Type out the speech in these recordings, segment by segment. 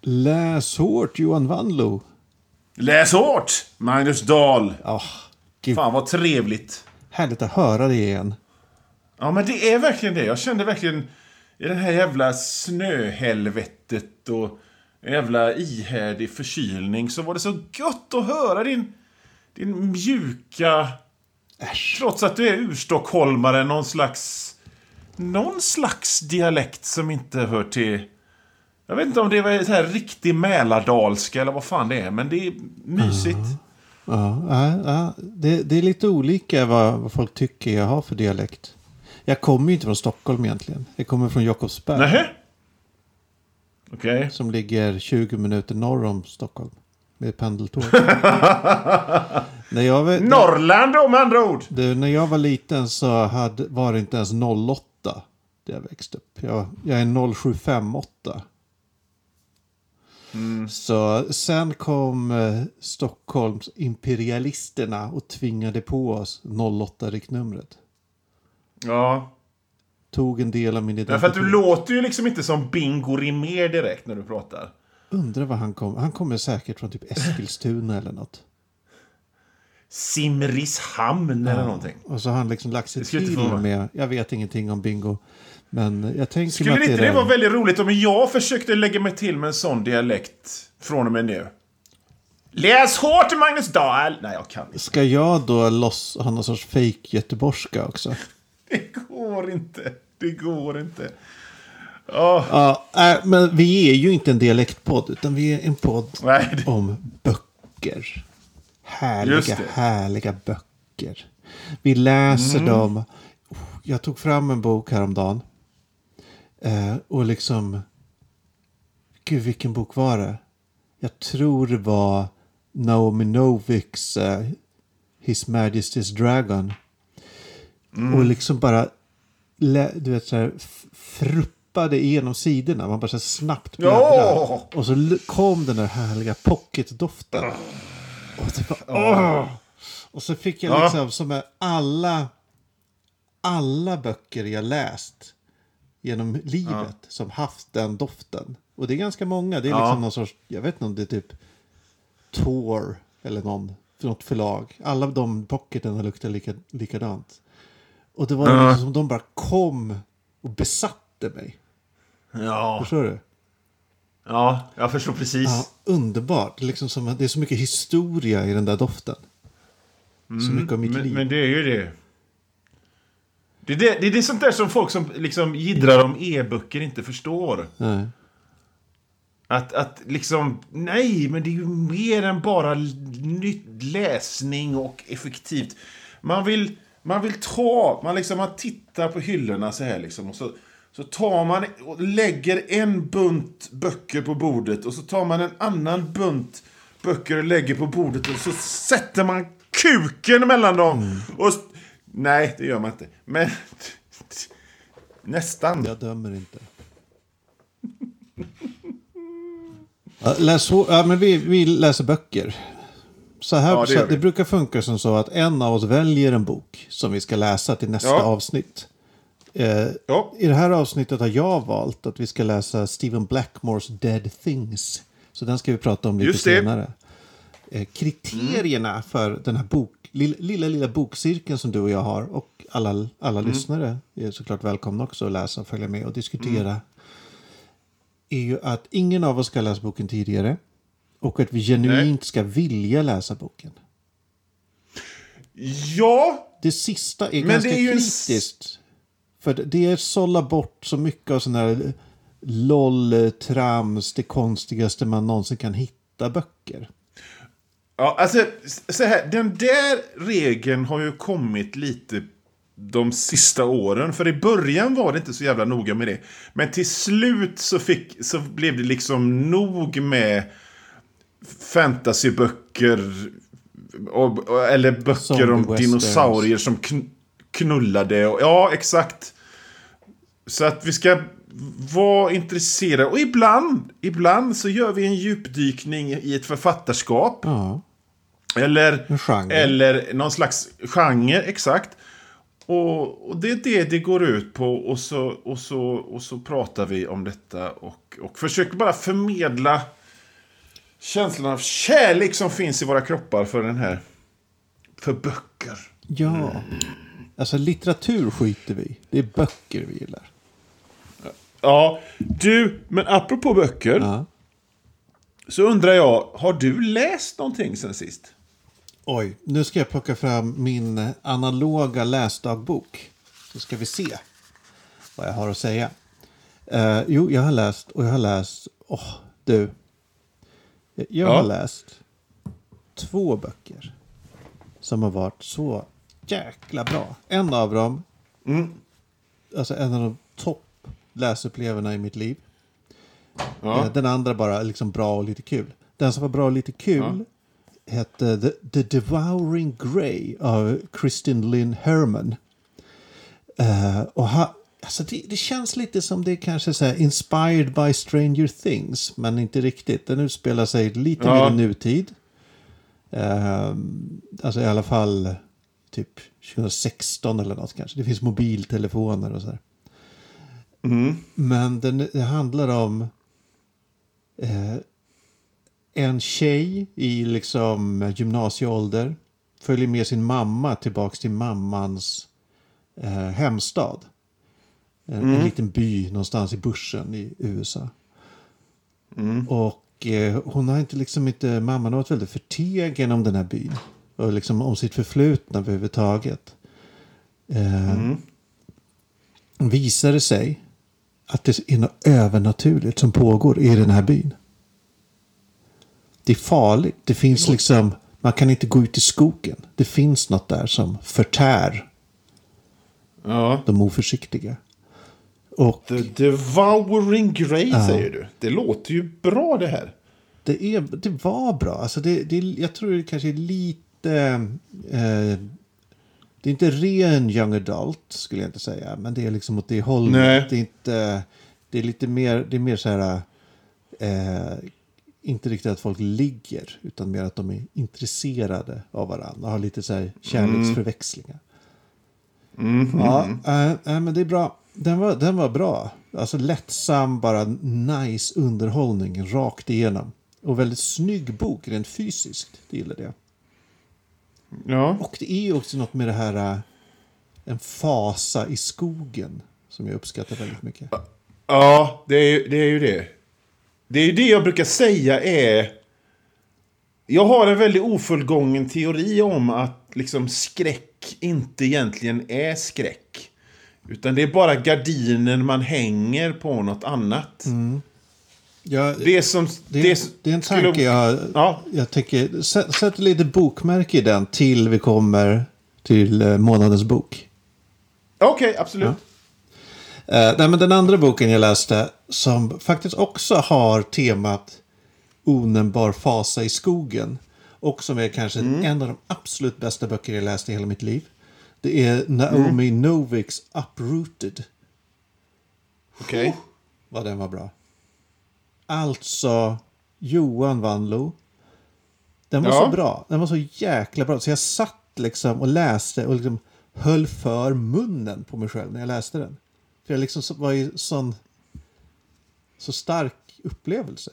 Läs hårt, Johan Wanlo. Läs hårt, Magnus Dahl. Gud. Fan vad trevligt. Härligt att höra det igen. Ja, men det är verkligen det. Jag kände verkligen i den här jävla snöhelvetet och en jävla ihärdig förkylning så var det så gött att höra din mjuka... Trots att du är urstockholmare, någon slags dialekt som inte hör till... Jag vet inte om det var så här riktig mälardalska eller vad fan det är, men det är mysigt. Ja. Det är lite olika vad folk tycker jag har för dialekt. Jag kommer ju inte från Stockholm egentligen. Jag kommer från Jakobsberg. Nähä? Okej. Som ligger 20 minuter norr om Stockholm. Med pendeltåg. Norrland om andra ord. När jag var liten så var det inte ens 08 där jag växte upp. Jag är 0758. Så sen kom Stockholms imperialisterna och tvingade på oss 08-riktnumret. Ja. Tog en del av min identitet. För att du låter ju liksom inte som Bingo Rimér direkt när du pratar. Undrar var han kom. Han kommer säkert från typ Eskilstuna eller något. Simrishamn eller någonting. Och så har han liksom lagt sig till med... Jag vet ingenting om Bingo. Men jag tänker skulle att inte det vara väldigt roligt om jag försökte lägga mig till med en sån dialekt från och med nu? Läs hårt, Magnus Dahl! Nej, jag kan inte. Ska jag då ha någon sorts fake göteborgska också? Det går inte. Men vi är ju inte en dialektpodd, utan vi är en podd om böcker. Härliga böcker. Vi läser dem. Jag tog fram en bok häromdagen. Och liksom... Gud, vilken bok var det? Jag tror det var Naomi Noviks His Majesty's Dragon. Och liksom bara... Du vet så här... fruppade igenom sidorna. Man bara så snabbt bläddrade. Och så kom den där härliga pocketdoften. Och det bara... Och så fick jag liksom som med alla böcker jag läst genom livet som haft den doften. Och det är ganska många. Det är liksom någon sorts... Jag vet inte om det är typ Tor eller något förlag. Alla de pocketen har luktat likadant. Och det var liksom som de bara kom och besatte mig. Ja. Förstår du? Ja, jag förstår precis. Ja, underbart. Liksom det är så mycket historia i den där doften. Så mycket av mitt liv. Men det är ju det. Det är sånt där som folk som liksom jiddrar om e-böcker inte förstår. Nej. Att liksom, nej, men det är ju mer än bara nytt läsning och effektivt. Man tittar på hyllorna så här liksom, och så tar man och lägger en bunt böcker på bordet och så tar man en annan bunt böcker och lägger på bordet och så sätter man kuken mellan dem. Och nej, det gör man inte. Men nästan. Jag dömer inte. Men vi läser böcker. Så här, det brukar funka som så att en av oss väljer en bok som vi ska läsa till nästa avsnitt. I det här avsnittet har jag valt att vi ska läsa Stephen Blackmores Dead Things. Så den ska vi prata om lite senare. Kriterierna för den här lilla bokcirkeln som du och jag har och alla lyssnare är såklart välkomna också att läsa och följa med och diskutera. Är ju att ingen av oss ska läsa boken tidigare och att vi genuint ska vilja läsa boken. Ja. Det sista är ganska kritiskt. För det sållar bort så mycket av sån här trams, det konstigaste man någonsin kan hitta böcker. Ja, alltså så här, den där regeln har ju kommit lite de sista åren. För i början var det inte så jävla noga med det. Men till slut så blev det liksom nog med fantasyböcker eller böcker om dinosaurier som knullade. Ja, exakt. Så att vi ska vara intresserade. Och ibland så gör vi en djupdykning i ett författarskap. Ja. Eller någon slags genre, exakt. Och det är det går ut på. Och så pratar vi om detta. Och försöker bara förmedla känslan av kärlek som finns i våra kroppar för den här. För böcker. Ja. Alltså litteratur skiter vi. Det är böcker vi gillar. Ja, men apropå böcker. Ja. Så undrar jag, har du läst någonting sen sist? Oj, nu ska jag plocka fram min analoga läsdagbok. Så ska vi se vad jag har att säga. Jo, jag har läst. Jag har läst 2 böcker som har varit så jäkla bra. En av dem, alltså en av de topp läsupplevelserna i mitt liv. Ja. Den andra bara liksom bra och lite kul. Den som var bra och lite kul hette The Devouring Grey av Kristin Lynn Herman. Alltså det känns lite som det kanske så här inspired by Stranger Things, men inte riktigt. Den utspelar sig lite mer i nutid. Alltså i alla fall typ 2016 eller något kanske. Det finns mobiltelefoner och så här. Men det handlar om en tjej i liksom gymnasieålder följer med sin mamma tillbaks till mammans hemstad. En liten by någonstans i bushen i USA. Och hon har inte mamman har varit väldigt förtegen om den här byn. Och liksom om sitt förflutna överhuvudtaget. Visar det sig att det är något övernaturligt som pågår i den här byn. Det är farligt. Det finns man kan inte gå ut i skogen. Det finns något där som förtär de oförsiktiga. Och The Devouring Grey säger du. Det låter ju bra det här. Det var bra. Alltså jag tror det kanske är lite... det är inte ren young adult skulle jag inte säga. Men det är liksom åt det hållet. Det är inte... Det är lite mer... Det är mer så här... inte riktigt att folk ligger. Utan mer att de är intresserade av varandra. Och har lite så här kärleksförväxlingar. Men det är bra. Den var bra. Alltså lättsam, bara nice underhållning rakt igenom. Och väldigt snygg bok, rent fysiskt. Det gillar det. Ja. Och det är ju också något med det här en fasa i skogen som jag uppskattar väldigt mycket. Ja, det är ju det. Det är ju det jag brukar säga är... Jag har en väldigt ofullgången teori om att liksom skräck inte egentligen är skräck. Utan det är bara gardinen man hänger på något annat. Ja, det är en tanke jag tänker... Sätt lite bokmärke i den till vi kommer till månadens bok. Okej, absolut. Nej, men den andra boken jag läste som faktiskt också har temat onämnbar fasa i skogen. Och som är kanske en av de absolut bästa böcker jag läst i hela mitt liv. Det är Naomi Noviks Uprooted. Okej. Vad den var bra. Alltså, Johan Vanlo. Den var så bra. Den var så jäkla bra. Så jag satt liksom och läste och liksom höll för munnen på mig själv när jag läste den. För jag liksom var i så stark upplevelse.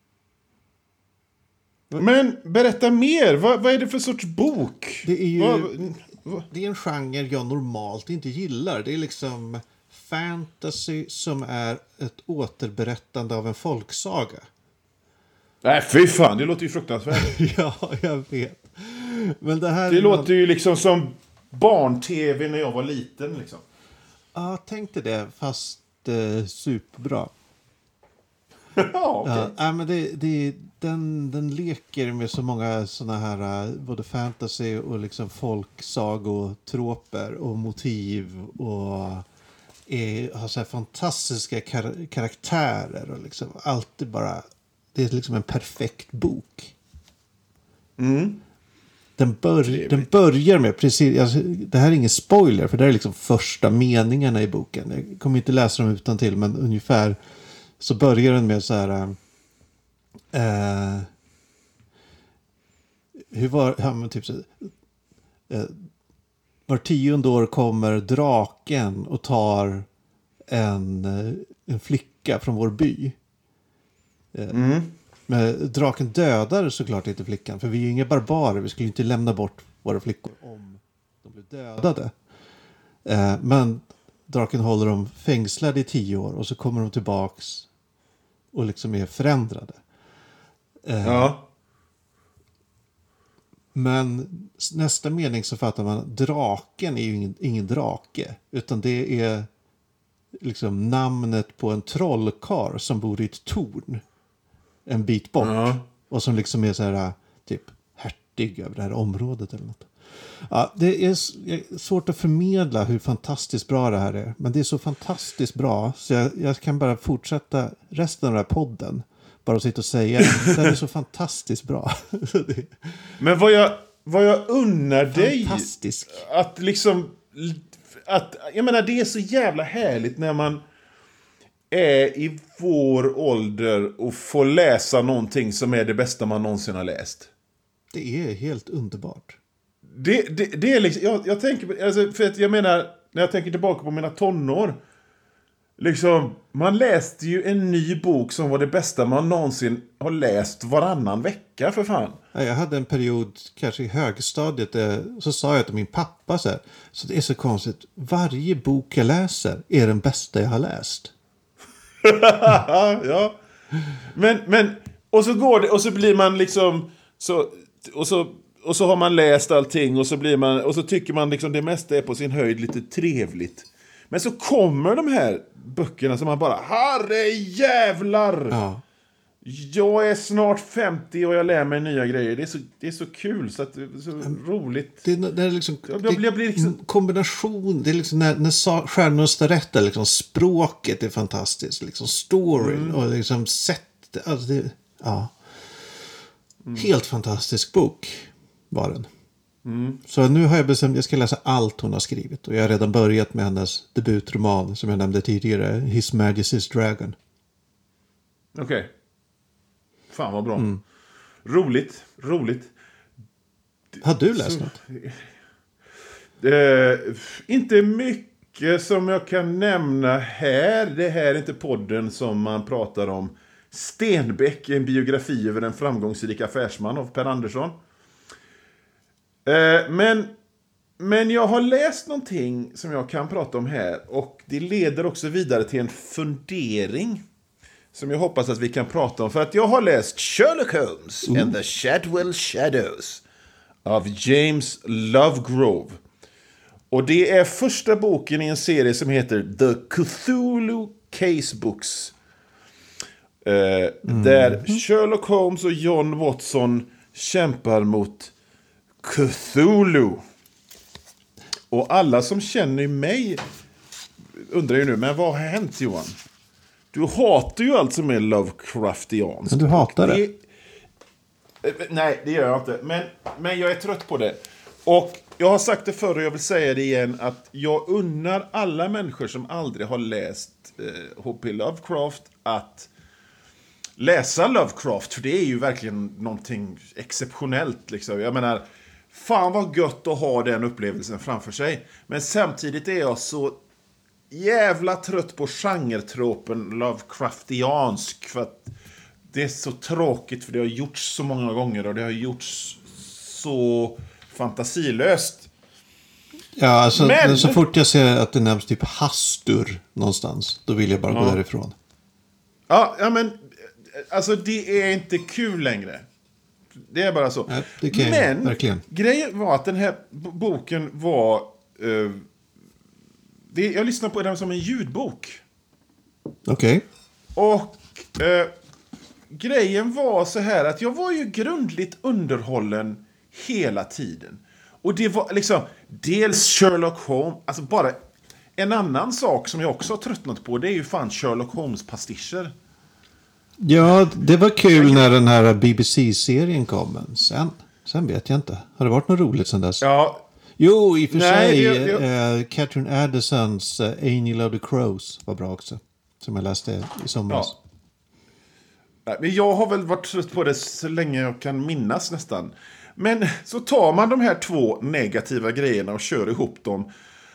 Men berätta mer. Vad är det för sorts bok? Det är ju... Det är en genre jag normalt inte gillar. Det är liksom fantasy som är ett återberättande av en folksaga. Nej, fy fan. Det låter ju fruktansvärt. Ja, jag vet. Men det låter ju liksom som barn-tv när jag var liten. Liksom. Ja, tänkte det. Fast superbra. Ja, okay. Men den leker med så många såna här både fantasy och liksom folksagotroper och motiv och har så här fantastiska karaktärer och liksom alltid bara det är liksom en perfekt bok. Den börjar med precis alltså, det här är ingen spoiler för det här är liksom första meningarna i boken. Jag kommer inte läsa dem utan till men ungefär så börjar den med så här hur var men typ så var 10:e år kommer draken och tar en flicka från vår by. Men draken dödar såklart inte flickan, för vi är ju inga barbarer. Vi skulle inte lämna bort våra flickor om de blev dödade. Men draken håller dem fängslade i 10 år och så kommer de tillbaks och liksom är förändrade. Ja. Men nästa mening så fattar man att draken är ju ingen drake, utan det är liksom namnet på en trollkarl som bor i ett torn en bit bort. Ja. Och som liksom är så här typ hertig över det här området eller något. Ja, det är svårt att förmedla hur fantastiskt bra det här är. Men det är så fantastiskt bra så jag kan bara fortsätta resten av den här podden. Bara sitta och säga det är så fantastiskt bra. Men vad jag unnar dig att liksom att jag menar det är så jävla härligt när man är i vår ålder och får läsa någonting som är det bästa man någonsin har läst. Det är helt underbart. Det är liksom, jag tänker alltså, för att jag menar när jag tänker tillbaka på mina tonår liksom, man läste ju en ny bok som var det bästa man någonsin har läst varannan vecka för fan. Jag hade en period kanske i högstadiet så sa jag till min pappa så det är så konstigt, varje bok jag läser är den bästa jag har läst. Ja. Men och så går det och så blir man liksom och så har man läst allting och så tycker man liksom det mesta är på sin höjd lite trevligt. Men så kommer de här böckerna som man bara herre jävlar. Ja. Jag är snart 50 och jag lär mig nya grejer. Det är så kul så att det är så roligt. Det är liksom, jag blir liksom kombination. Det är liksom när stjärnor står rätt, liksom språket är fantastiskt, liksom storyn och liksom sättet, alltså helt fantastisk bok var den. Så nu har jag bestämt att jag ska läsa allt hon har skrivit och jag har redan börjat med hennes debutroman som jag nämnde tidigare, His Majesty's Dragon. Okej. Fan vad bra. Roligt. Har du läst något? Inte mycket som jag kan nämna här. Det här är inte podden som man pratar om. Stenbeck, en biografi över en framgångsrik affärsman av Per Andersson. Men jag har läst någonting som jag kan prata om här. Och det leder också vidare till en fundering som jag hoppas att vi kan prata om. För att jag har läst Sherlock Holmes and the Shadwell Shadows av James Lovegrove. Och det är första boken i en serie som heter The Cthulhu Casebooks. Där Sherlock Holmes och John Watson kämpar mot Cthulhu. Och alla som känner mig undrar ju nu, men vad har hänt Johan? Du hatar ju allt som är Lovecraftianskt. Men du hatar det? Nej, det gör jag inte. Men jag är trött på det. Och jag har sagt det förr och jag vill säga det igen. Att jag unnar alla människor som aldrig har läst H.P. Lovecraft att läsa Lovecraft. För det är ju verkligen någonting exceptionellt. Liksom. Jag menar, fan vad gött att ha den upplevelsen framför sig. Men samtidigt är jag så jävla trött på genretropen Lovecraftiansk, för att det är så tråkigt, för det har gjorts så många gånger och det har gjorts så fantasilöst. Ja, alltså men så fort jag ser att det nämns typ Hastur någonstans, då vill jag bara gå därifrån. Ja, men alltså det är inte kul längre. Det är bara så. Ja, det kan men verkligen. Grejen var att den här boken var jag lyssnade på den som en ljudbok. Okej. Och grejen var så här att jag var ju grundligt underhållen hela tiden. Och det var liksom dels Sherlock Holmes, alltså bara en annan sak som jag också har tröttnat på, det är ju fan Sherlock Holmes-pastischer. Ja, det var kul när den här BBC-serien kom. Men sen vet jag inte. Har det varit något roligt sen dess? Ja. Jo, i och för sig. Catherine Addisons Angel of the Crows var bra också. Som jag läste i somras. Ja. Men jag har väl varit trött på det så länge jag kan minnas nästan. Men så tar man de här två negativa grejerna och kör ihop dem.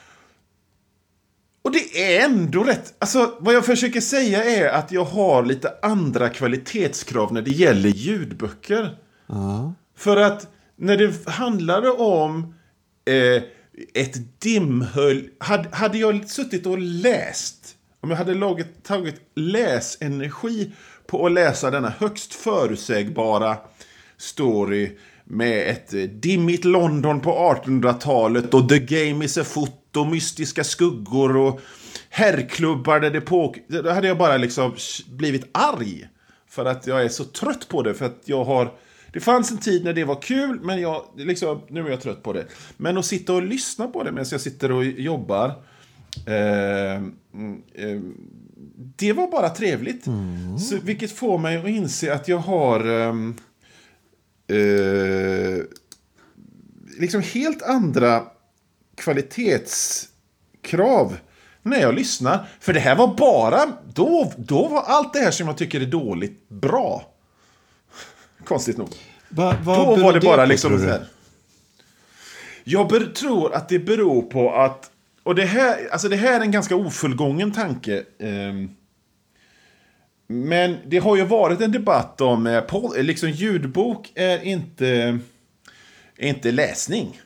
Och det är ändå rätt. Alltså, vad jag försöker säga är att jag har lite andra kvalitetskrav när det gäller ljudböcker. För att när det handlade om ett dimhöll... Hade jag suttit och läst, om jag hade tagit läsenergi på att läsa denna högst förutsägbara story med ett dimmigt London på 1800-talet och The Game is a Foot och mystiska skuggor och herrklubbar där då hade jag bara liksom blivit arg för att jag är så trött på det, för att det fanns en tid när det var kul, men nu är jag trött på det. Men att sitta och lyssna på det medan jag sitter och jobbar, det var bara trevligt. Så, vilket får mig att inse att jag har liksom helt andra kvalitetskrav när jag lyssnar. För det här var bara då var allt det här som jag tycker är dåligt bra. Konstigt nog. Då var det bara liksom så här. Jag tror att det beror på att, och det här är en ganska ofullgången tanke, men det har ju varit en debatt om liksom ljudbok är inte läsning.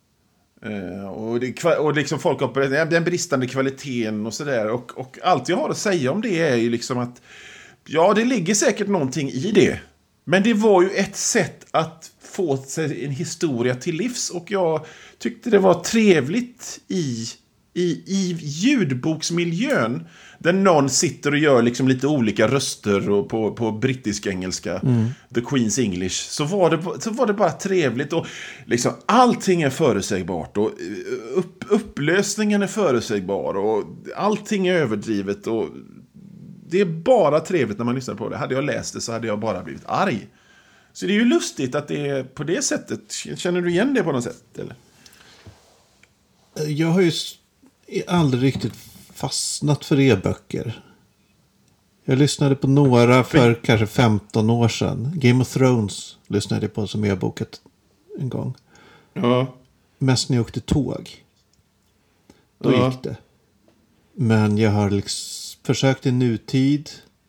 Och liksom folk har den bristande kvaliteten och sådär. Och allt jag har att säga om det är ju liksom att ja, det ligger säkert någonting i det. Men det var ju ett sätt att få sig en historia till livs. Och jag tyckte det var trevligt i ljudboksmiljön, där någon sitter och gör liksom lite olika röster och på brittisk engelska, The Queen's English, så var det bara trevligt. Och liksom allting är förutsägbart och upplösningen är förutsägbar och allting är överdrivet, och det är bara trevligt när man lyssnar på det. Hade jag läst det så hade jag bara blivit arg. Så det är ju lustigt att det är på det sättet. Känner du igen det på något sätt, eller? Jag har ju aldrig riktigt fastnat för e-böcker. Jag lyssnade på några för kanske 15 år sedan. Game of Thrones lyssnade jag på som e-bok en gång. Ja. Mest när jag åkte tåg. Då gick det. Men jag har liksom försökt i nutid.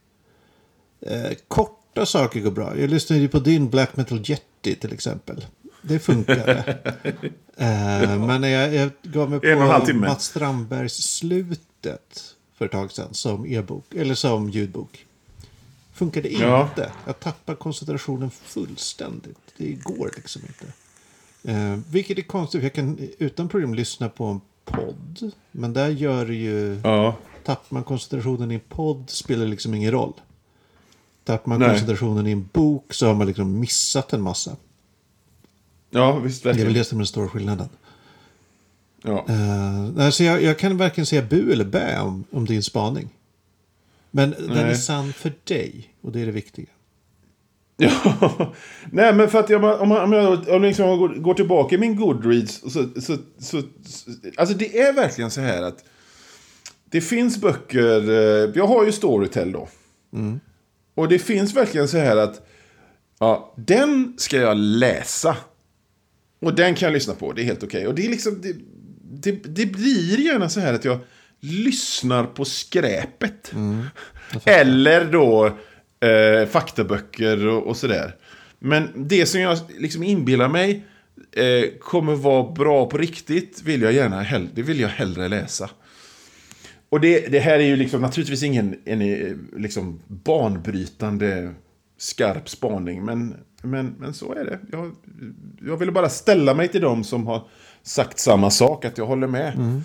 Korta saker går bra. Jag lyssnade ju på din Black Metal Jetty till exempel. Det funkar. Men jag gav mig på Mats Strandbergs Slutet för ett tag sedan som e-bok eller som ljudbok. Funkade inte. Jag tappar koncentrationen fullständigt. Det går liksom inte. Vilket är konstigt, för jag kan utan problem lyssna på en podd. Men där gör det ju... Tappar man koncentrationen i en podd spelar liksom ingen roll. Tappar man koncentrationen i en bok så har man liksom missat en massa. Ja, visst, verkligen. Det är väl det som är den stora skillnaden. Ja. Alltså jag kan verkligen säga bu eller bä om din spaning. Men den är sann för dig, och det är det viktiga. Ja, nej, men för att om jag liksom går tillbaka i min Goodreads så alltså det är verkligen så här att det finns böcker, jag har ju Storytel då. Och det finns verkligen så här att den ska jag läsa. Och den kan jag lyssna på, det är helt okej. Och det är liksom det blir gärna så här att jag lyssnar på skräpet. Eller då faktaböcker och sådär. Men det som jag liksom inbillar mig kommer vara bra på riktigt vill jag hellre läsa. Och det här är ju liksom naturligtvis ingen liksom banbrytande skarp spaning, men så är det. Jag ville bara ställa mig till dem som har sagt samma sak, att jag håller med.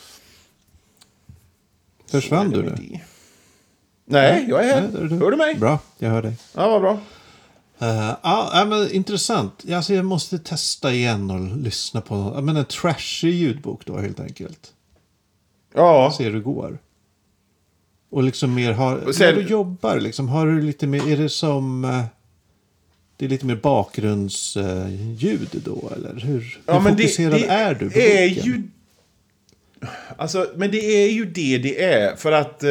Försvann du nu? Nej, jag är här. Hör du mig? Bra, jag hör dig. Ja, vad bra. Men intressant. Alltså, jag måste testa igen och lyssna på en trashig ljudbok då, helt enkelt. Ja. Se hur det går. Och liksom mer när du jobbar liksom, har du lite mer, är det som det är lite mer bakgrundsljud då, eller hur fokuserad är du på boken? Men det är ju det är, för att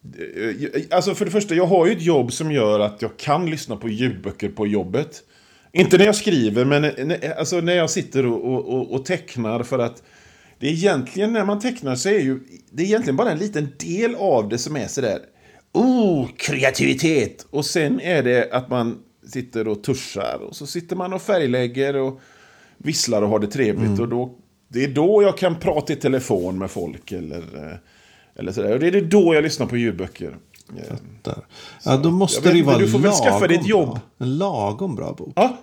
alltså för det första, jag har ju ett jobb som gör att jag kan lyssna på ljudböcker på jobbet. Inte när jag skriver, men alltså när jag sitter och tecknar, för att det är egentligen, när man tecknar så är ju det är egentligen bara en liten del av det som är sådär kreativitet, och sen är det att man sitter och tuschar, och så sitter man och färglägger och visslar och har det trevligt, och då, det är då jag kan prata i telefon med folk eller sådär, och det är då jag lyssnar på ljudböcker. Ja, då måste det ju vara du får väl skaffa dig ett jobb. En lagom bra bok. Ja,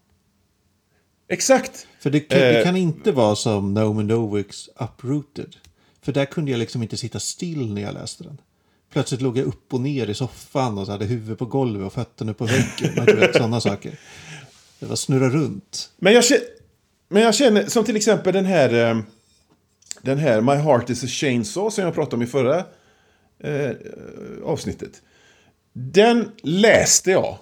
exakt. För det kan inte vara som Norman Novicks Uprooted. För där kunde jag liksom inte sitta still när jag läste den. Plötsligt låg jag upp och ner i soffan och så hade huvudet på golvet och fötterna på väggen. Och du vet, sådana saker. Det var snurra runt. Men jag känner, som till exempel den här My Heart is a Chainsaw som jag pratade om i förra avsnittet. Den läste jag,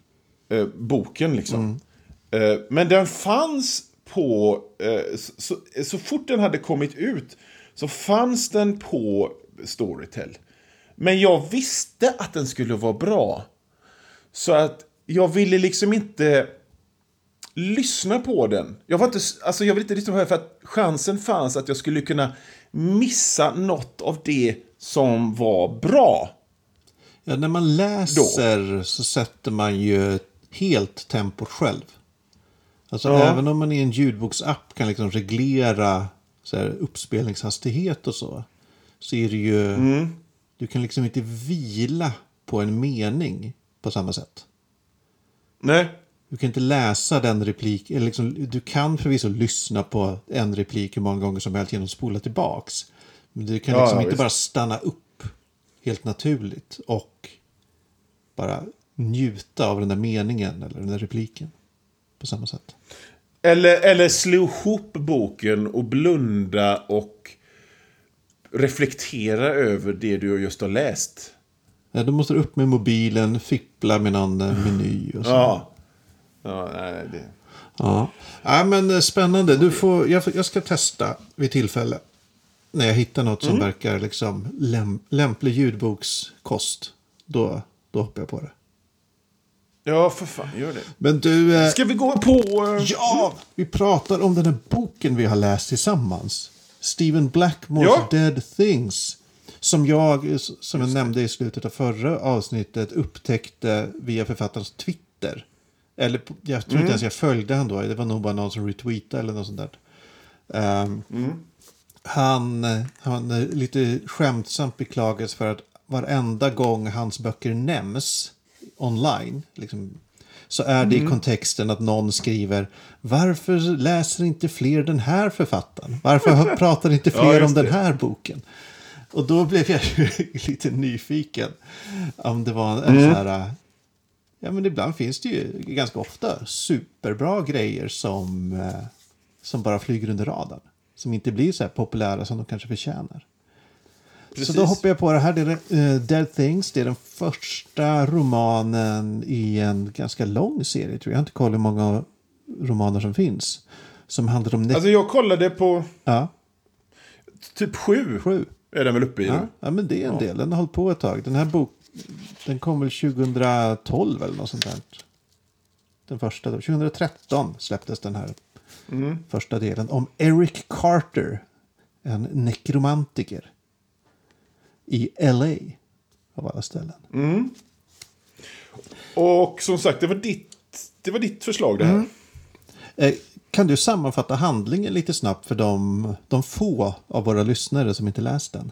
boken liksom. Men den fanns på så fort den hade kommit ut så fanns den på Storytel. Men jag visste att den skulle vara bra, så att jag ville liksom inte lyssna på den. Jag ville inte lyssna på den för att chansen fanns att jag skulle kunna missa något av det som var bra. Ja, när man läser så sätter man ju helt tempot själv. Alltså även om man i en ljudboksapp kan liksom reglera så här, uppspelningshastighet och så är det ju du kan liksom inte vila på en mening på samma sätt. Nej. Du kan inte läsa den replik, eller liksom, du kan förvisso lyssna på en replik hur många gånger som helst genom att spola tillbaks. Men du kan liksom inte bara stanna upp helt naturligt och bara njuta av den där meningen eller den där repliken på samma sätt. Eller slå ihop boken och blunda och reflektera över det du just har läst. Ja, då måste du upp med mobilen, fippla med någon meny och så. Ja, nej, det... Ja, men spännande. Jag ska testa vid tillfälle. När jag hittar något som verkar liksom lämplig ljudbokskost. Då hoppar jag på det. Ja, för fan, gör det. Men du... Ska vi gå på... Ja, vi pratar om den här boken vi har läst tillsammans. Stephen Blackmores Dead Things. Som jag nämnde i slutet av förra avsnittet upptäckte via författarens Twitter. Eller jag tror inte ens jag följde han då. Det var nog bara någon som retweetade eller något sånt där. Han lite skämtsamt beklagas för att varenda gång hans böcker nämns online liksom, så är det i kontexten att någon skriver: varför läser inte fler den här författaren? Varför pratar inte fler om den här boken? Och då blev jag lite nyfiken om det var en sån här... Ja, men ibland finns det ju ganska ofta superbra grejer som bara flyger under radarn. Som inte blir så här populära som de kanske förtjänar. Precis. Så då hoppar jag på det här. Det är Dead Things. Det är den första romanen i en ganska lång serie, tror jag. Jag har inte kollat hur många romaner som finns. Som handlar om... Alltså jag kollade på... Ja. Typ 7 är den väl uppe i nu. Ja, men det är en del. Den har hållit på ett tag. Den här den kom väl 2012 eller något sånt där. Den första. 2013 släpptes den här första delen. Om Eric Carter. En nekromantiker. I LA. Av alla ställen. Och som sagt, det var ditt förslag det här. Kan du sammanfatta handlingen lite snabbt för de få av våra lyssnare som inte läst den?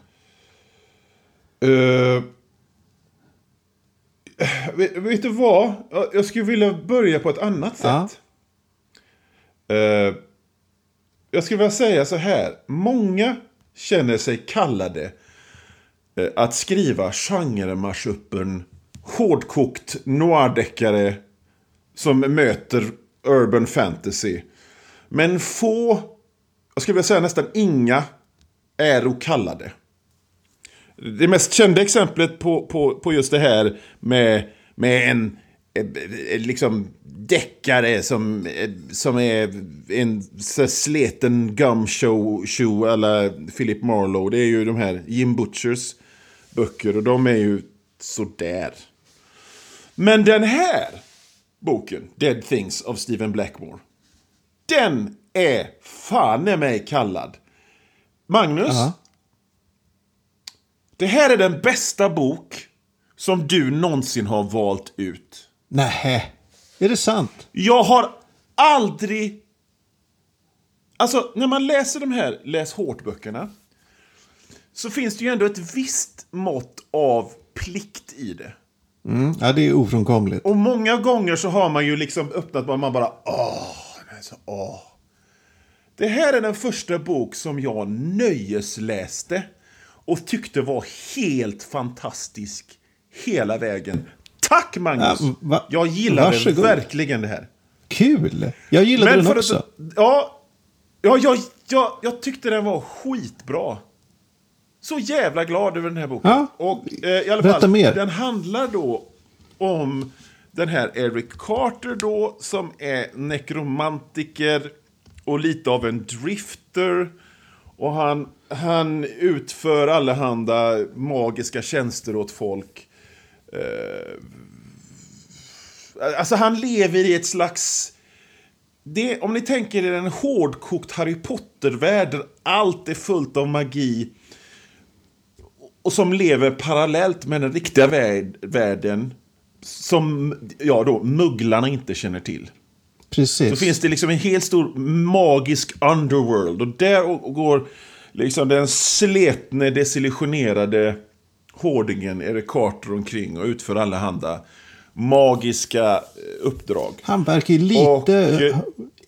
Vet du vad? Jag skulle vilja börja på ett annat sätt. Jag skulle vilja säga så här. Många känner sig kallade att skriva genremashuppen hårdkokt noirdeckare som möter urban fantasy. Men jag skulle vilja säga nästan inga är kallade. Det mest kända exemplet på just det här med en liksom deckare som är en sleten gumshoe eller Philip Marlowe. Det är ju de här Jim Butchers böcker och de är ju så där. Men den här boken, Dead Things av Stephen Blackmore. Den är fan i mig kallad. Magnus, det här är den bästa bok som du någonsin har valt ut. Nej, är det sant? Jag har aldrig... Alltså, när man läser de här läs hårt-böckerna så finns det ju ändå ett visst mått av plikt i det. Ja, det är ofrånkomligt. Och många gånger så har man ju liksom öppnat och man bara Det här är den första bok som jag nöjesläste och tyckte var helt fantastisk hela vägen. Tack Magnus! Jag gillade verkligen det här. Kul! Jag gillade den också. Jag tyckte den var skitbra. Så jävla glad över den här boken. Ja. Och i alla Berätta fall, mer. Den handlar då om den här Eric Carter då, som är nekromantiker och lite av en drifter. Och han utför allehanda magiska tjänster åt folk. Alltså han lever i ett slags... om ni tänker er en hårdkokt Harry Potter-värld där allt är fullt av magi och som lever parallellt med den riktiga världen som mugglarna inte känner till. Precis. Så finns det liksom en helt stor magisk underworld och där går liksom den sletne, desillusionerade hårdingen Eric Carter omkring och utför allehanda magiska uppdrag. Han verkar ju lite...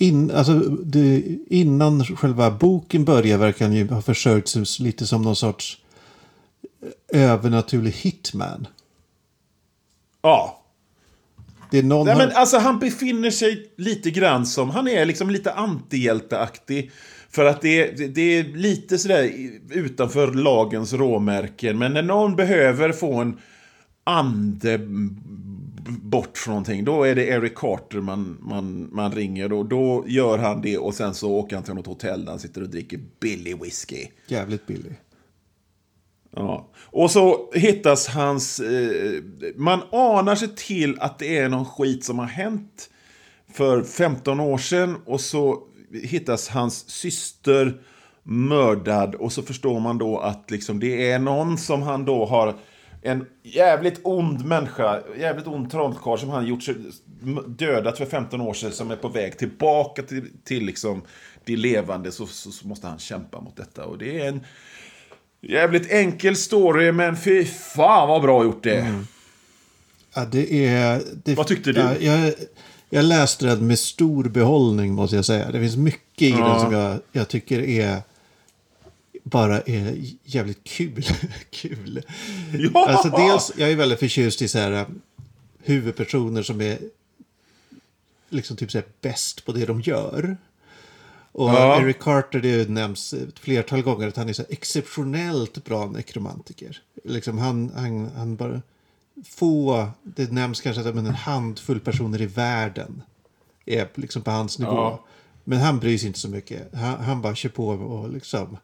innan själva boken börjar verkar han ju ha försökt sig lite som någon sorts övernaturlig hitman. Ja. Det är någon men alltså han befinner sig lite grann som... Han är liksom lite antihjälteaktig. För att det är lite sådär utanför lagens råmärken. Men när någon behöver få en ande bort från någonting, då är det Eric Carter man ringer och då gör han det och sen så åker han till något hotell där han sitter och dricker billig whisky. Jävligt billig. Ja. Och så hittas hans... man anar sig till att det är någon skit som har hänt för 15 år sedan och så hittas hans syster mördad och så förstår man då att liksom det är någon som han då har... En jävligt ond människa, jävligt ond trollkarl som han gjort sig dödat för 15 år sedan som är på väg tillbaka till liksom det levande så måste han kämpa mot detta. Och det är en jävligt enkel story men fy fan vad bra gjort det. Ja, det är... Vad tyckte du? Jag läste den med stor behållning måste jag säga. Det finns mycket i den som jag tycker är... bara är jävligt kul. Ja! Alltså dels, jag är väldigt förtjust i så här huvudpersoner som är liksom typ så här bäst på det de gör. Och Eric Carter, det nämns ett flertal gånger att han är så exceptionellt bra nekromantiker. Liksom han bara det nämns kanske att en handfull personer i världen är liksom på hans nivå. Ja. Men han bryr sig inte så mycket. Han bara kör på och liksom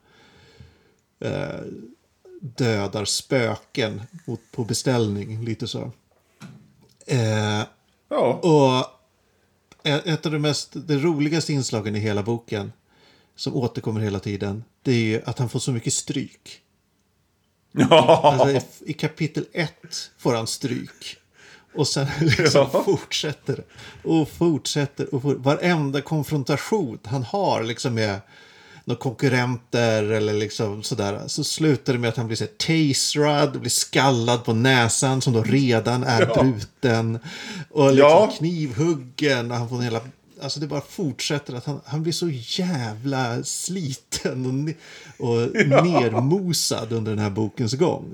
dödar spöken på beställning, lite så. Och ett av det roligaste inslagen i hela boken som återkommer hela tiden, det är ju att han får så mycket stryk. Alltså, i kapitel 1 får han stryk. Och sen liksom fortsätter. Varenda konfrontation han har liksom med några konkurrenter eller liksom sådär, så slutar det med att han blir så taserad, blir skallad på näsan som då redan är bruten och liksom knivhuggen och han får hela, alltså det bara fortsätter att han blir så jävla sliten och nermosad under den här bokens gång.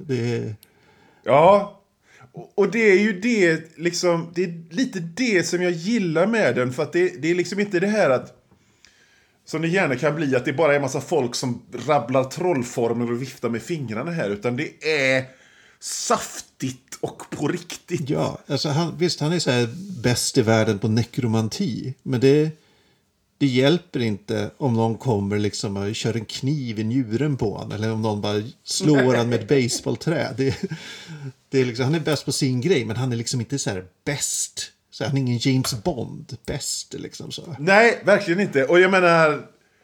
Och det är ju det liksom, det är lite det som jag gillar med den, för att det är liksom inte det här att som det gärna kan bli att det bara är en massa folk som rabblar trollformer och viftar med fingrarna här, utan det är saftigt och på riktigt. Ja, alltså han är så här bäst i världen på nekromanti, men det hjälper inte om någon kommer liksom och kör en kniv i njuren på honom, eller om någon bara slår han med ett baseballträ. Det är liksom, han är bäst på sin grej, men han är liksom inte så här bäst Så han är ingen James Bond bäst liksom så. Nej, verkligen inte. Och jag menar...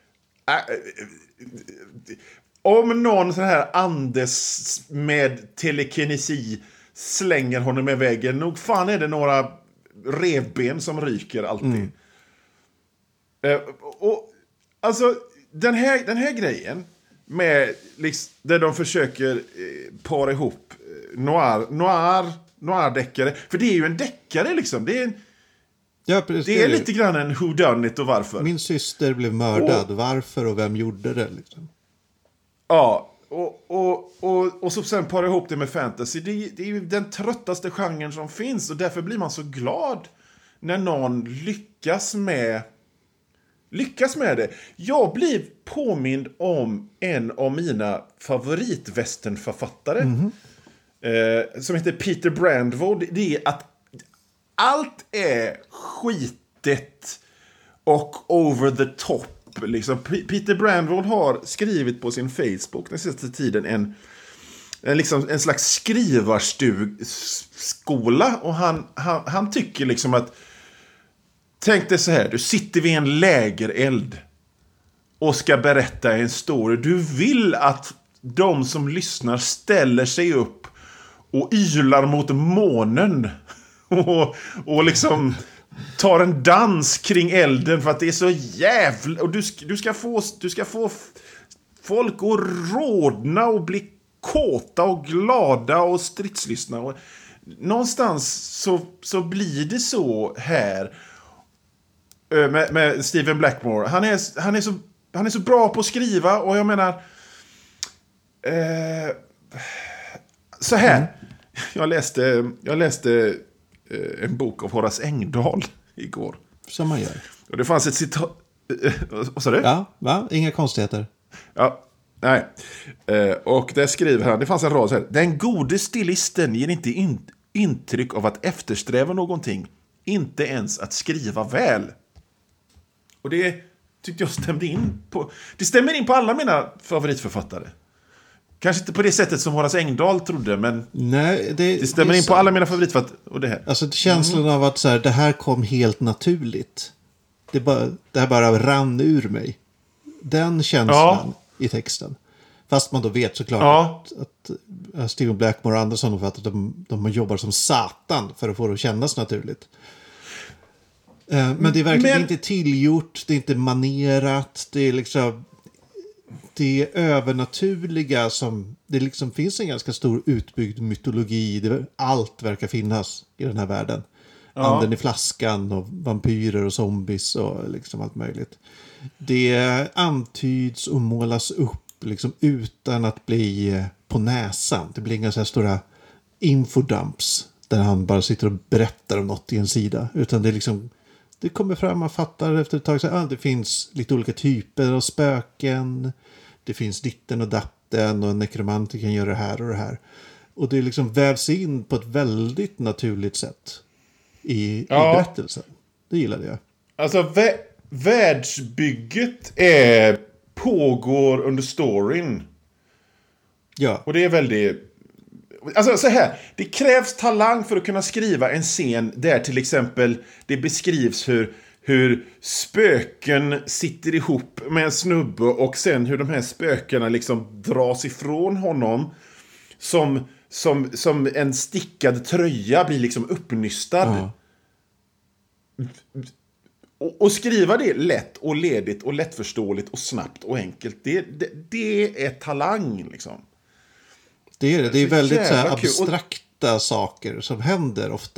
om någon sån här Andes med telekinesi slänger honom i väggen, nog fan är det några revben som ryker alltid. Och alltså den här grejen med liksom, där de försöker para ihop noir-deckare, för det är ju en deckare liksom, det är det är lite grann en who done it och varför. Min syster blev mördad, varför och vem gjorde det liksom? Ja, och så sen para ihop det med fantasy. Det är ju den tröttaste genren som finns. Och därför blir man så glad när någon lyckas med det. Jag blir påmind om en av mina favoritvästernförfattare. Som heter Peter Brandwood. Det är att allt är skitet och over the top. Liksom. Peter Brandwood har skrivit på sin Facebook den senaste tiden en slags skrivarskola, och han tycker liksom att, tänk dig så här, du sitter vid en lägereld och ska berätta en story. Du vill att de som lyssnar ställer sig upp och ylar mot månen och liksom tar en dans kring elden för att det är så jävla... Och du ska få folk att rodna och bli kåta och glada och stridslystna. Och någonstans så blir det så här med Stephen Blackmore. Han är så bra på att skriva, och jag menar så här. Jag läste en bok av Horace Engdahl igår. Som man gör. Och det fanns ett citat... Vad sa du? Ja, va? Inga konstigheter. Ja, nej. Och där skriver han, det fanns en rad så här: den gode stilisten ger inte intryck av att eftersträva någonting. Inte ens att skriva väl. Och det tyckte jag stämde in på... Det stämmer in på alla mina favoritförfattare. Kanske inte på det sättet som Horace Engdahl trodde, men nej, det stämmer in på alla mina favoritförfattare. Och det här. Alltså känslan av att så här, det här kom helt naturligt. Det här bara rann ur mig. Den känslan i texten. Fast man då vet såklart att Stephen Blackmore och andra som att de jobbar som satan för att få det att kännas naturligt. Men det är verkligen inte tillgjort, det är inte manerat, det är liksom... Det är övernaturliga som... Det liksom finns en ganska stor utbyggd mytologi. Allt verkar finnas i den här världen. Anden i flaskan och vampyrer och zombies och liksom allt möjligt. Det antyds och målas upp liksom utan att bli på näsan. Det blir inga så här stora infodumps där han bara sitter och berättar om något i en sida. Utan det är liksom... Det kommer fram, man fattar efter ett tag så det finns lite olika typer av spöken. Det finns ditten och datten och en nekromantiker kan göra det här och det här. Och det liksom vävs in på ett väldigt naturligt sätt i berättelsen. Det gillade jag. Alltså världsbygget pågår under storyn. Ja. Och det är väldigt... Alltså så här, det krävs talang för att kunna skriva en scen där till exempel det beskrivs hur spöken sitter ihop med en snubbe och sen hur de här spökena liksom dras ifrån honom som en stickad tröja blir liksom uppnystad. Och skriva det lätt och ledigt och lättförståeligt och snabbt och enkelt, det är talang liksom. Det är det. Det är väldigt så här abstrakta saker som händer ofta.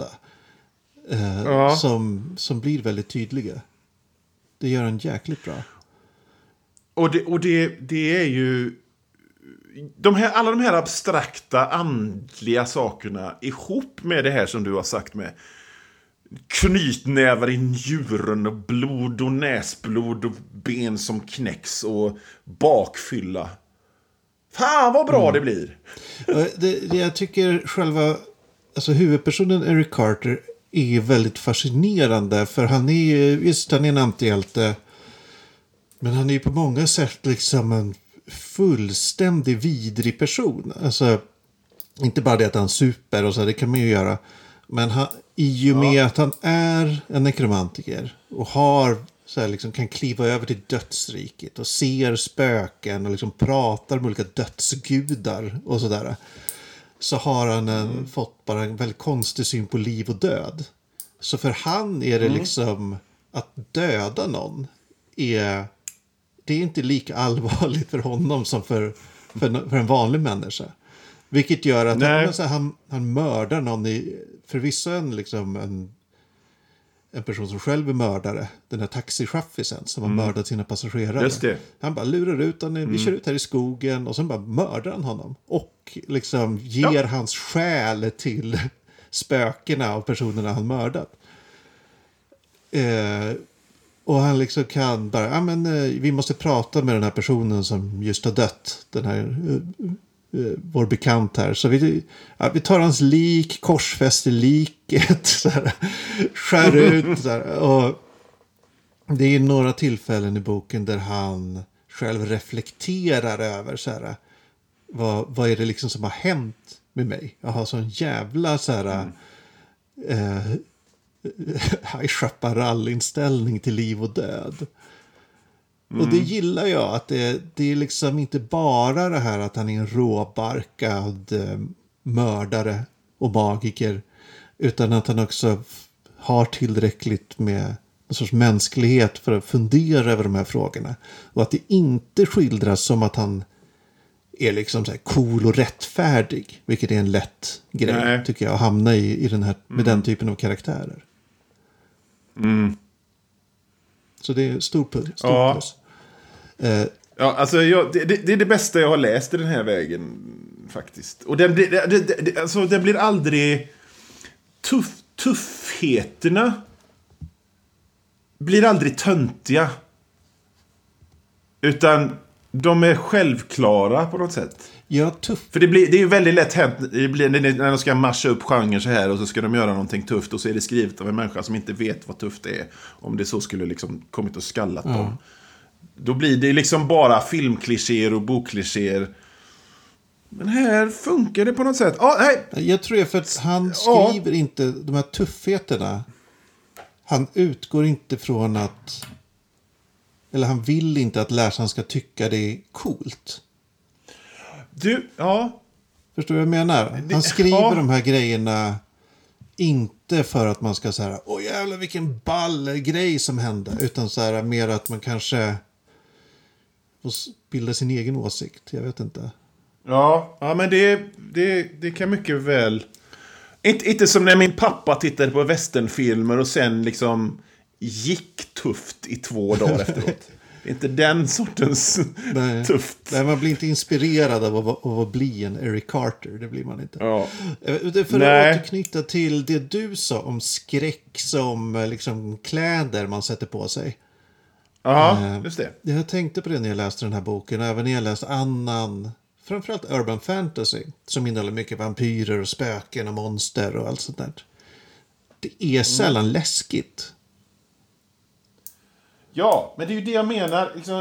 Som blir väldigt tydliga. Det gör en jäkligt bra. Och det är ju... alla de här abstrakta andliga sakerna ihop med det här som du har sagt med knytnävar i njuren och blod och näsblod och ben som knäcks och bakfylla. Fan vad bra det blir. Jag tycker själva huvudpersonen Eric Carter är väldigt fascinerande, för han är en antihjälte, men han är ju på många sätt liksom en fullständig vidrig person. Alltså inte bara det att han super och så, det kan man ju göra, men i och med att han är en nekromantiker och har så här, liksom, kan kliva över till dödsriket och ser spöken och liksom pratar med olika dödsgudar och sådär, så har han fått bara en väldigt konstig syn på liv och död. Så för han är det liksom att döda någon det är inte lika allvarligt för honom som för en vanlig människa. Vilket gör att han mördar någon förvisso en person som själv är mördare. Den här taxichaffisen som har mördat sina passagerare. Just det. Han bara lurar ut honom. Vi kör ut här i skogen och sen bara mördar han honom. Och liksom ger hans själ till spökena och personerna han mördat. Och han liksom kan bara, vi måste prata med den här personen som just har dött. Den här vår bekant här. Så vi tar hans lik, korsfäster liket, så här, skär ut. Så här, och det är några tillfällen i boken där han själv reflekterar över så här, vad är det liksom som har hänt med mig? Jag har sån jävla så här High Chaparral-inställning till liv och död. Och det gillar jag, att det är liksom inte bara det här att han är en råbarkad mördare och magiker, utan att han också har tillräckligt med en sorts mänsklighet för att fundera över de här frågorna. Och att det inte skildras som att han är liksom så här cool och rättfärdig, vilket är en lätt grej tycker jag, att hamna i den här, med den typen av karaktärer. Så det är stor plus. Alltså det är det bästa jag har läst i den här vägen faktiskt. Och den blir aldrig tuffheterna blir aldrig töntiga, utan de är självklara på något sätt. Ja, tuff. För det är ju väldigt lätt hänt när de ska mascha upp genrer så här, och så ska de göra någonting tufft, och så är det skrivet av en människa som inte vet vad tufft är, om det så skulle liksom kommit och skallat dem. Då blir det liksom bara filmklichéer och bokklichéer. Men här funkar det på något sätt. Jag tror för att han skriver inte de här tuffheterna. Han utgår inte från att, eller han vill inte att läsaren ska tycka det är coolt. Förstår du vad jag menar? Han skriver de här grejerna inte för att man ska säga, åh jävlar vilken ball grej som hände, utan så här mer att man kanske får bilda sin egen åsikt. Jag vet inte. Ja, men det kan mycket väl. Inte som när min pappa tittade på westernfilmer och sen liksom gick tufft i 2 dagar efteråt. Inte den sortens tufft. Nej, man blir inte inspirerad av att bli en Eric Carter. Det blir man inte. Ja. För att återknyta till det du sa om skräck som liksom kläder man sätter på sig. Ja, just det. Jag tänkte på det när jag läste den här boken. Även när jag läste annan, framförallt urban fantasy, som innehåller mycket vampyrer och spöken och monster och allt sånt där. Det är sällan läskigt. Ja, men det är ju det jag menar. Liksom,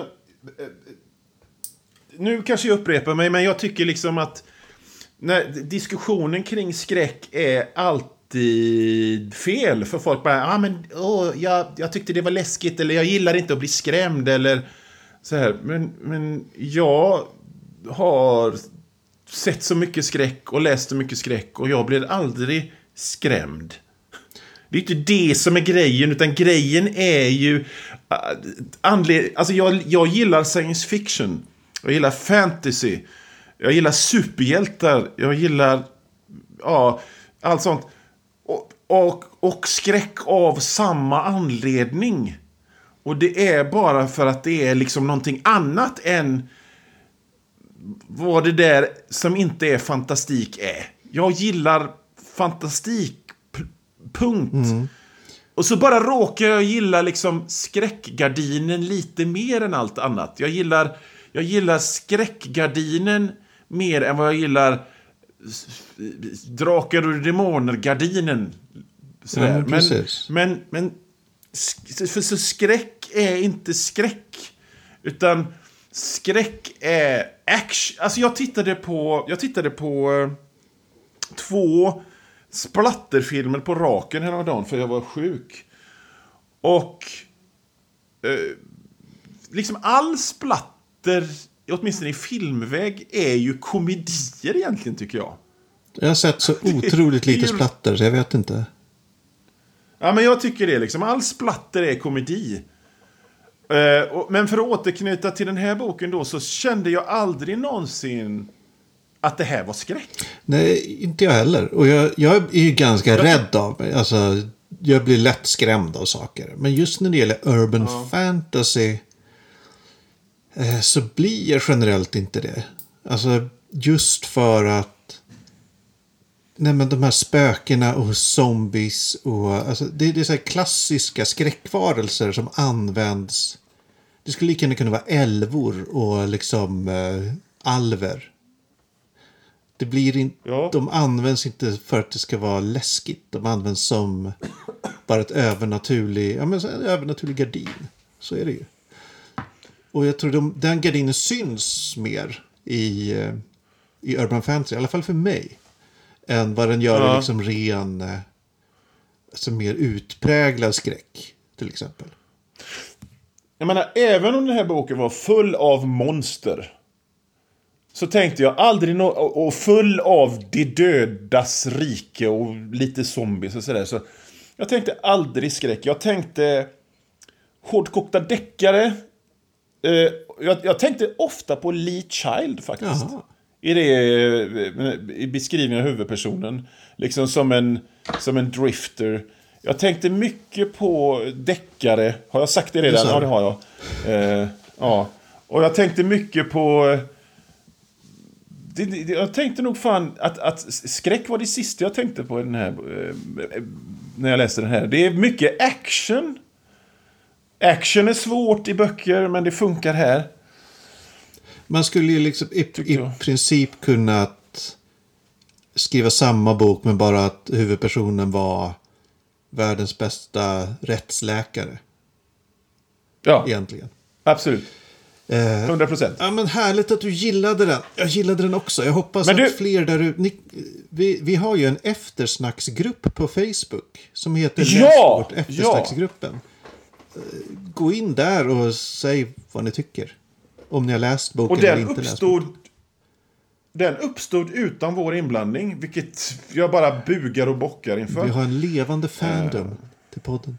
nu kanske jag upprepar mig, men jag tycker liksom att när diskussionen kring skräck är alltid fel. För folk bara, jag tyckte det var läskigt, eller jag gillar inte att bli skrämd, eller så här. Men jag har sett så mycket skräck och läst så mycket skräck, och jag blir aldrig skrämd. Det är inte det som är grejen, utan grejen är ju alltså jag gillar science fiction, jag gillar fantasy, jag gillar superhjältar, jag gillar allt sånt, och skräck av samma anledning. Och det är bara för att det är liksom någonting annat än vad det där som inte är fantastik är. Jag gillar fantastik, punkt. Och så bara råkar jag gilla liksom skräckgardinen lite mer än allt annat. Jag gillar skräckgardinen mer än vad jag gillar drakar och demoner-gardinen. Men för så skräck är inte skräck, utan skräck är action. Alltså jag tittade på 2 splatterfilmer på raken häromdagen för jag var sjuk. Och liksom all splatter, åtminstone i filmväg, är ju komedier egentligen, tycker jag. Jag har sett så otroligt lite splatter, så jag vet inte. Ja, men jag tycker det liksom. All splatter är komedi. Men för att återknyta till den här boken då, så kände jag aldrig någonsin att det här var skräck. Nej, inte jag heller. Och jag är ju ganska rädd av mig. Alltså, jag blir lätt skrämd av saker. Men just när det gäller urban fantasy så blir jag generellt inte det. Alltså, just för att men de här spökena och zombies och alltså, det är så här klassiska skräckvarelser som används. Det skulle lika gärna kunna vara älvor och liksom alver. Det blir de används inte för att det ska vara läskigt. De används som bara en övernaturlig gardin. Så är det ju. Och jag tror den gardinen syns mer i urban fantasy, i alla fall för mig, än vad den gör i liksom ren, alltså mer utpräglad skräck, till exempel. Jag menar, även om den här boken var full av monster, så tänkte jag aldrig och full av de dödas rike och lite zombies och sådär. Så jag tänkte aldrig skräck. Jag tänkte hårdkokta deckare. Jag tänkte ofta på Lee Child faktiskt. Jaha. I beskrivningen av huvudpersonen. Liksom som en drifter. Jag tänkte mycket på deckare. Har jag sagt det redan? Ja, det har jag. Ja. Och jag tänkte mycket på... Jag tänkte nog fan att skräck var det sista jag tänkte på i den här, när jag läste den här. Det är mycket action. Action är svårt i böcker, men det funkar här. Man skulle ju liksom i princip kunna skriva samma bok, men bara att huvudpersonen var världens bästa rättsläkare. Ja, egentligen. Absolut. 100%. Ja, men härligt att du gillade den. Jag gillade den också. Jag hoppas att fler där ute... Vi har ju en eftersnacksgrupp på Facebook som heter Läsbort eftersnacksgruppen. Gå in där och säg vad ni tycker. Om ni har läst boken eller inte läst boken. Den uppstod utan vår inblandning, vilket jag bara bugar och bockar inför. Vi har en levande fandom till podden.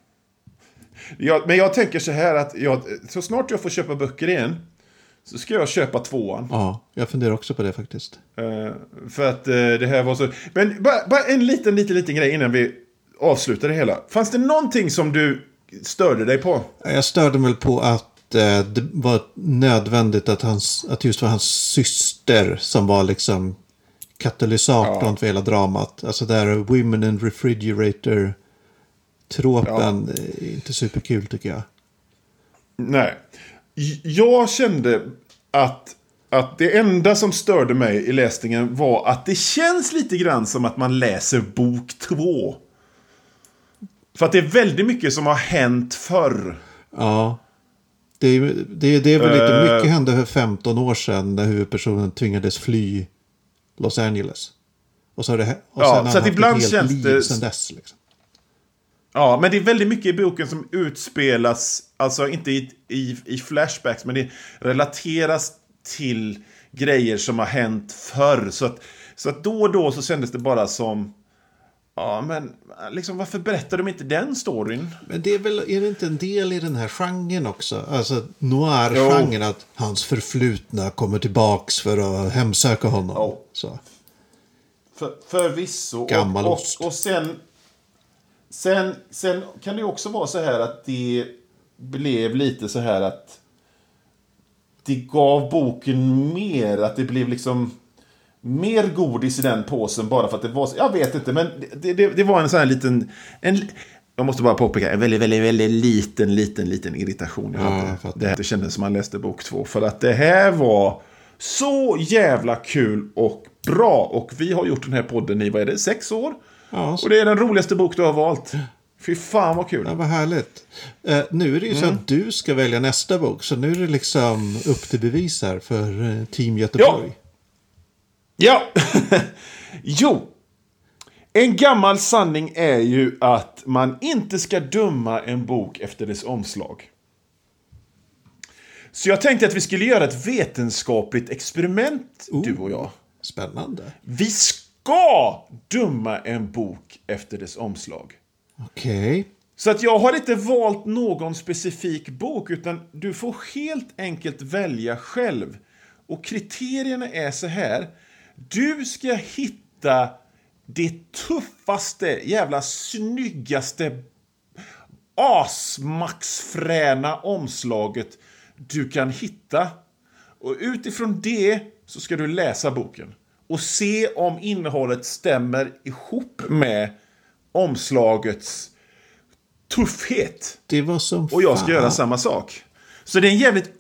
Men jag tänker så här att så snart jag får köpa böcker igen så ska jag köpa 2:an. Ja, jag funderar också på det faktiskt. För att det här var så... Men bara en liten grej innan vi avslutar det hela. Fanns det någonting som du störde dig på? Jag störde mig på att det var nödvändigt att just var hans syster som var liksom katalysatorn för hela dramat. Alltså där Women in Refrigerator tropen är inte superkul, tycker jag. Nej. Jag kände att det enda som störde mig i läsningen var att det känns lite grann som att man läser bok 2. För att det är väldigt mycket som har hänt förr. Ja. Det är väl lite mycket hände för 15 år sedan när huvudpersonen tvingades fly Los Angeles. Och så har det och sen har så att ibland ett helt känns liv det... sedan dess liksom. Ja, men det är väldigt mycket i boken som utspelas, alltså inte i flashbacks, men det relateras till grejer som har hänt förr. Så att då och då så kändes det bara som, ja men liksom, varför berättar de inte den storyn? Men det är det inte en del i den här genren också? Alltså noir-genren, att hans förflutna kommer tillbaks för att hemsöka honom. Ja. Så. Förvisso. Och sen kan det också vara så här att det blev lite så här att det gav boken mer, att det blev liksom mer godis i den påsen bara för att det var så, jag vet inte, men det var en sån här liten jag måste bara påpeka en väldigt, väldigt, väldigt liten irritation jag hade. Det kändes som man läste bok 2, för att det här var så jävla kul och bra, och vi har gjort den här podden i, vad är det, 6 år? Ja, och det är den roligaste bok du har valt. Fy fan vad kul. Ja, vad härligt. Nu är det ju så att du ska välja nästa bok, så nu är det liksom upp till bevis här för Team Göteborg. Ja. Jo. En gammal sanning är ju att man inte ska döma en bok efter dess omslag. Så jag tänkte att vi skulle göra ett vetenskapligt experiment, du och jag. Spännande. Vi ska döma en bok efter dess omslag. Okej. Så att jag har inte valt någon specifik bok, utan du får helt enkelt välja själv. Och kriterierna är så här. Du ska hitta det tuffaste, jävla snyggaste, asmaxfräna omslaget du kan hitta. Och utifrån det så ska du läsa boken. Och se om innehållet stämmer ihop med omslagets tuffhet. Det var som Och jag ska fan. göra samma sak. Så det är en jävligt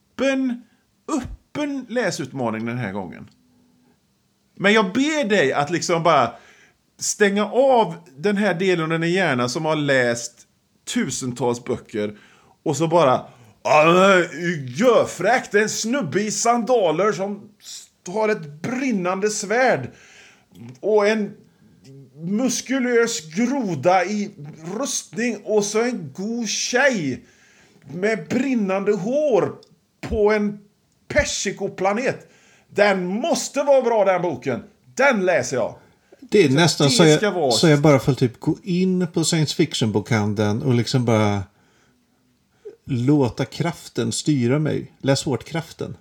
öppen läsutmaning den här gången. Men jag ber dig att liksom bara stänga av den här delen av din hjärna som har läst tusentals böcker och så bara görfräkt, en snubbe i sandaler som har ett brinnande svärd och en muskulös groda i rustning och så en god tjej med brinnande hår på en persikoplanet. Den måste vara bra, den boken. Den läser jag. Det är nästan det så jag bara får typ gå in på science fiction-bokhandeln och liksom bara låta kraften styra mig. Läs hårt kraften.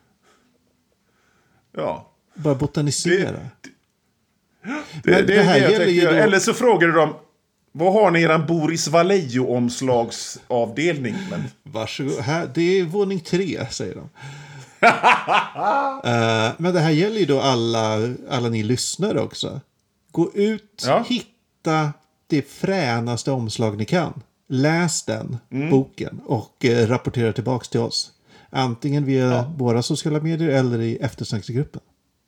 Ja. Bara botanisera. Det här gäller ju då... Eller så frågar du dem, vad har ni i eran Boris Vallejo-omslagsavdelning? Men... Varsågod. Här, det är våning 3, säger de. Men det här gäller ju då alla ni lyssnare också. Gå ut, hitta det fränaste omslag ni kan. Läs den boken och rapportera tillbaka till oss. Antingen via våra sociala medier eller i eftersnacksgruppen.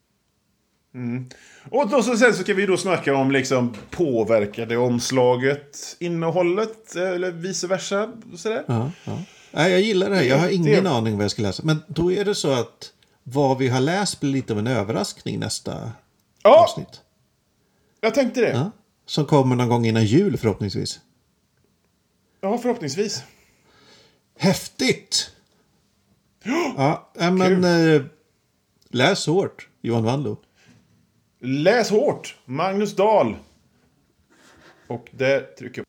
Och då sen så kan vi då snacka om liksom påverkade omslaget, innehållet eller vice versa. Sådär. Ja. Nej, jag gillar det här. Jag har ingen aning vad jag ska läsa. Men då är det så att vad vi har läst blir lite av en överraskning nästa avsnitt. Jag tänkte det. Ja, som kommer någon gång innan jul förhoppningsvis. Ja, förhoppningsvis. Häftigt! Ja, men läs hårt, Johan Wandlo. Läs hårt, Magnus Dahl. Och det trycker